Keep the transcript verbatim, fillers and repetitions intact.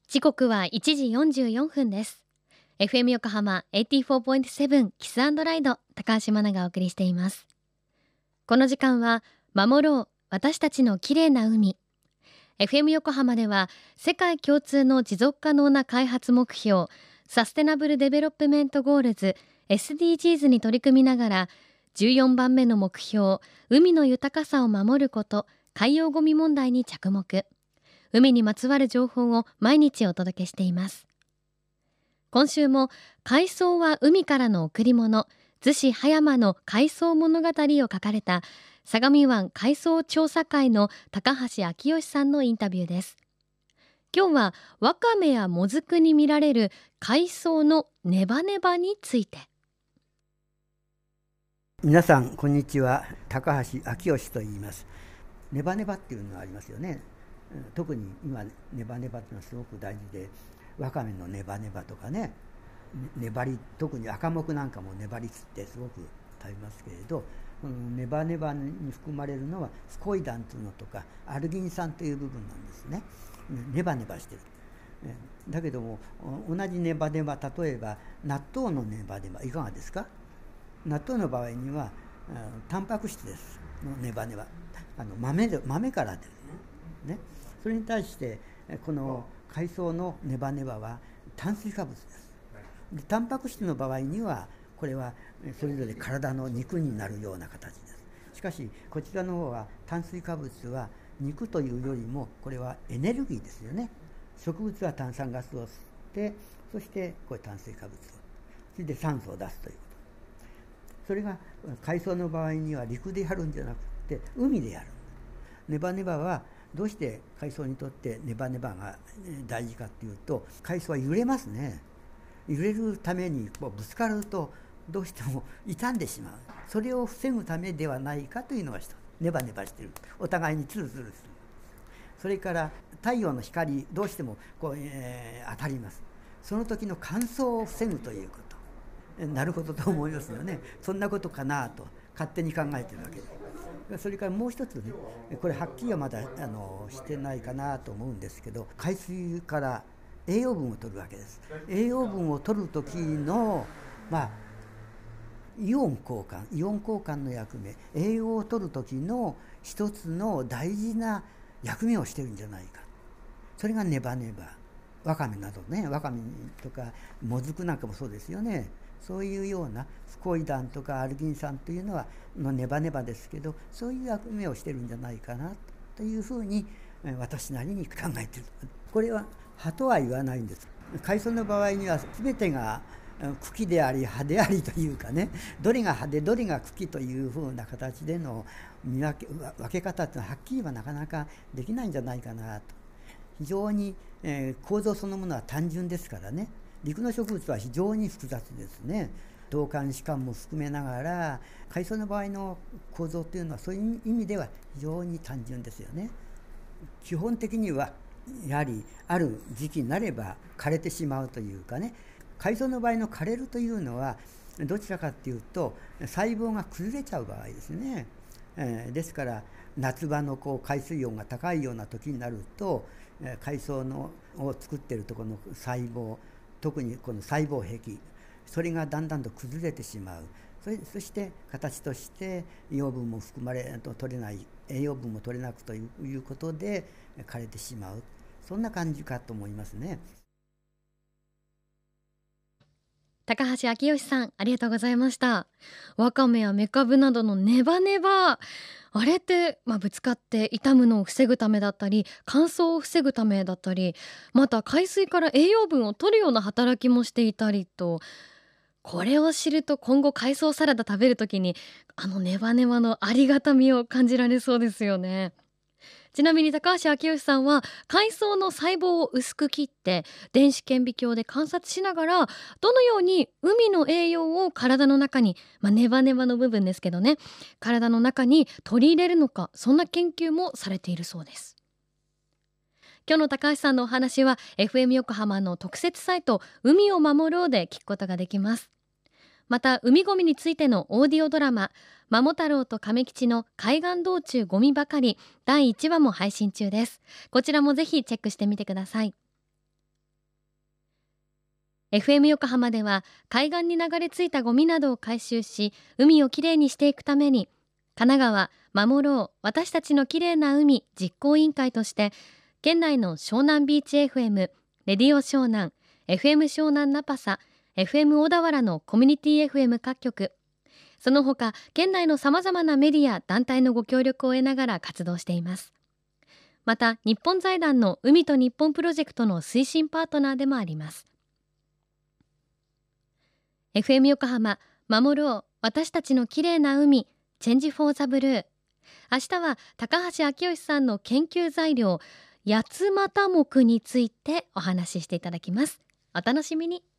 時刻はいちじよんじゅうよんふんです。 エフエム 横浜 エイティフォーポイントセブン キス&ライド、高橋真奈がお送りしています。この時間は守ろう私たちの綺麗な海。 エフエム 横浜では世界共通の持続可能な開発目標サステナブルデベロップメントゴールズ エスディージーズ に取り組みながら、じゅうよんばんめの目標海の豊かさを守ること海洋ゴミ問題に着目。海にまつわる情報を毎日お届けしています。今週も海藻は海からの贈り物、逗子葉山の海藻物語を書かれた相模湾海藻調査会の高橋昭義さんのインタビューです。今日はワカメやモズクに見られる海藻のネバネバについて。 皆さんこんにちは、高橋昭義と言います。ネバネバっていうのがありますよね。特に今ネバネバっていうのはすごく大事で、ワカメのネバネバとかね、粘り、特に赤目なんかも粘りつってすごく食べますけれど、ネバネバに含まれるのはスコイダンというのとかアルギン酸という部分なんですね。ネバネバしてる。だけども同じネバネバ、例えば納豆のネバネバいかがですか。納豆の場合にはタンパク質ですのネバネバ、あの 豆, で豆から出るね。それに対してこの海藻のネバネバは炭水化物です。でタンパク質の場合にはこれはそれぞれ体の肉になるような形です。しかしこちらの方は炭水化物は肉というよりもこれはエネルギーですよね。植物は炭酸ガスを吸って、そしてこれ炭水化物を、それで酸素を出すということ。それが海藻の場合には陸でやるんじゃなくて海でやる。ネバネバはどうして海藻にとってネバネバが大事かっていうと、海藻は揺れますね。揺れるためにこうぶつかるとどうしても傷んでしまう。それを防ぐためではないかというのが一つ。ネバネバしている、お互いにツルツルする。それから太陽の光どうしてもこう、えー、当たります。その時の乾燥を防ぐということ。なるほどと思いますよね。そんなことかなと勝手に考えているわけです。それからもう一つね、これはっきりはまだあのしてないかなと思うんですけど、海水から栄養分を取るわけです。栄養分を取る時の、まあ、イオン交換イオン交換の役目、栄養を取る時の一つの大事な役目をしてるんじゃないか。それがネバネバ、ワカメなどね、ワカメとかモズクなんかもそうですよね。そういうようなスコイダンとかアルギン酸というのはのネバネバですけど、そういう役目をしてるんじゃないかなというふうに私なりに考えている。これは葉とは言わないんです。海藻の場合には全てが茎であり葉でありというかね、どれが葉でどれが茎というふうな形での見分け分け方というのははっきりはなかなかできないんじゃないかなと。非常に、えー、構造そのものは単純ですからね。陸の植物は非常に複雑ですね。導管歯間も含めながら、海藻の場合の構造というのはそういう意味では非常に単純ですよね。基本的にはやはりある時期になれば枯れてしまうというかね。海藻の場合の枯れるというのはどちらかというと細胞が崩れちゃう場合ですね。えー、ですから夏場のこう海水温が高いような時になると、えー、海藻のを作っているところの細胞、特にこの細胞壁、それがだんだんと崩れてしまう。それそして形として養分も含まれ取れない、栄養分も取れなくということで枯れてしまう。そんな感じかと思いますね。 高橋昭義さん、ありがとうございました。ワカメやメカブなどのネバネバ、あれって、まあ、ぶつかって傷むのを防ぐためだったり乾燥を防ぐためだったり、また海水から栄養分を取るような働きもしていたりと、これを知ると今後海藻サラダ食べるときにあのネバネバのありがたみを感じられそうですよね。ちなみに高橋昭義さんは海藻の細胞を薄く切って電子顕微鏡で観察しながら、どのように海の栄養を体の中に、まあ、ネバネバの部分ですけどね、体の中に取り入れるのか、そんな研究もされているそうです。今日の高橋さんのお話は エフエム 横浜の特設サイト海を守ろうで聞くことができます。また海ごみについてのオーディオドラママモ太郎と亀吉の海岸道中ゴミばかりだいいちわも配信中です。こちらもぜひチェックしてみてください。 エフエム 横浜では海岸に流れ着いたゴミなどを回収し、海をきれいにしていくために、神奈川守ろう私たちのきれいな海実行委員会として、県内の湘南ビーチ エフエム、レディオ湘南、エフエム 湘南ナパサ、エフエム 小田原のコミュニティ エフエム 各局、その他県内のさまざまなメディア団体のご協力を得ながら活動しています。また日本財団の海と日本プロジェクトの推進パートナーでもあります。エフエム 横浜守ろう私たちのきれいな海チェンジフォーザブルー。明日は高橋明義さんの研究材料八つ股目についてお話ししていただきます。お楽しみに。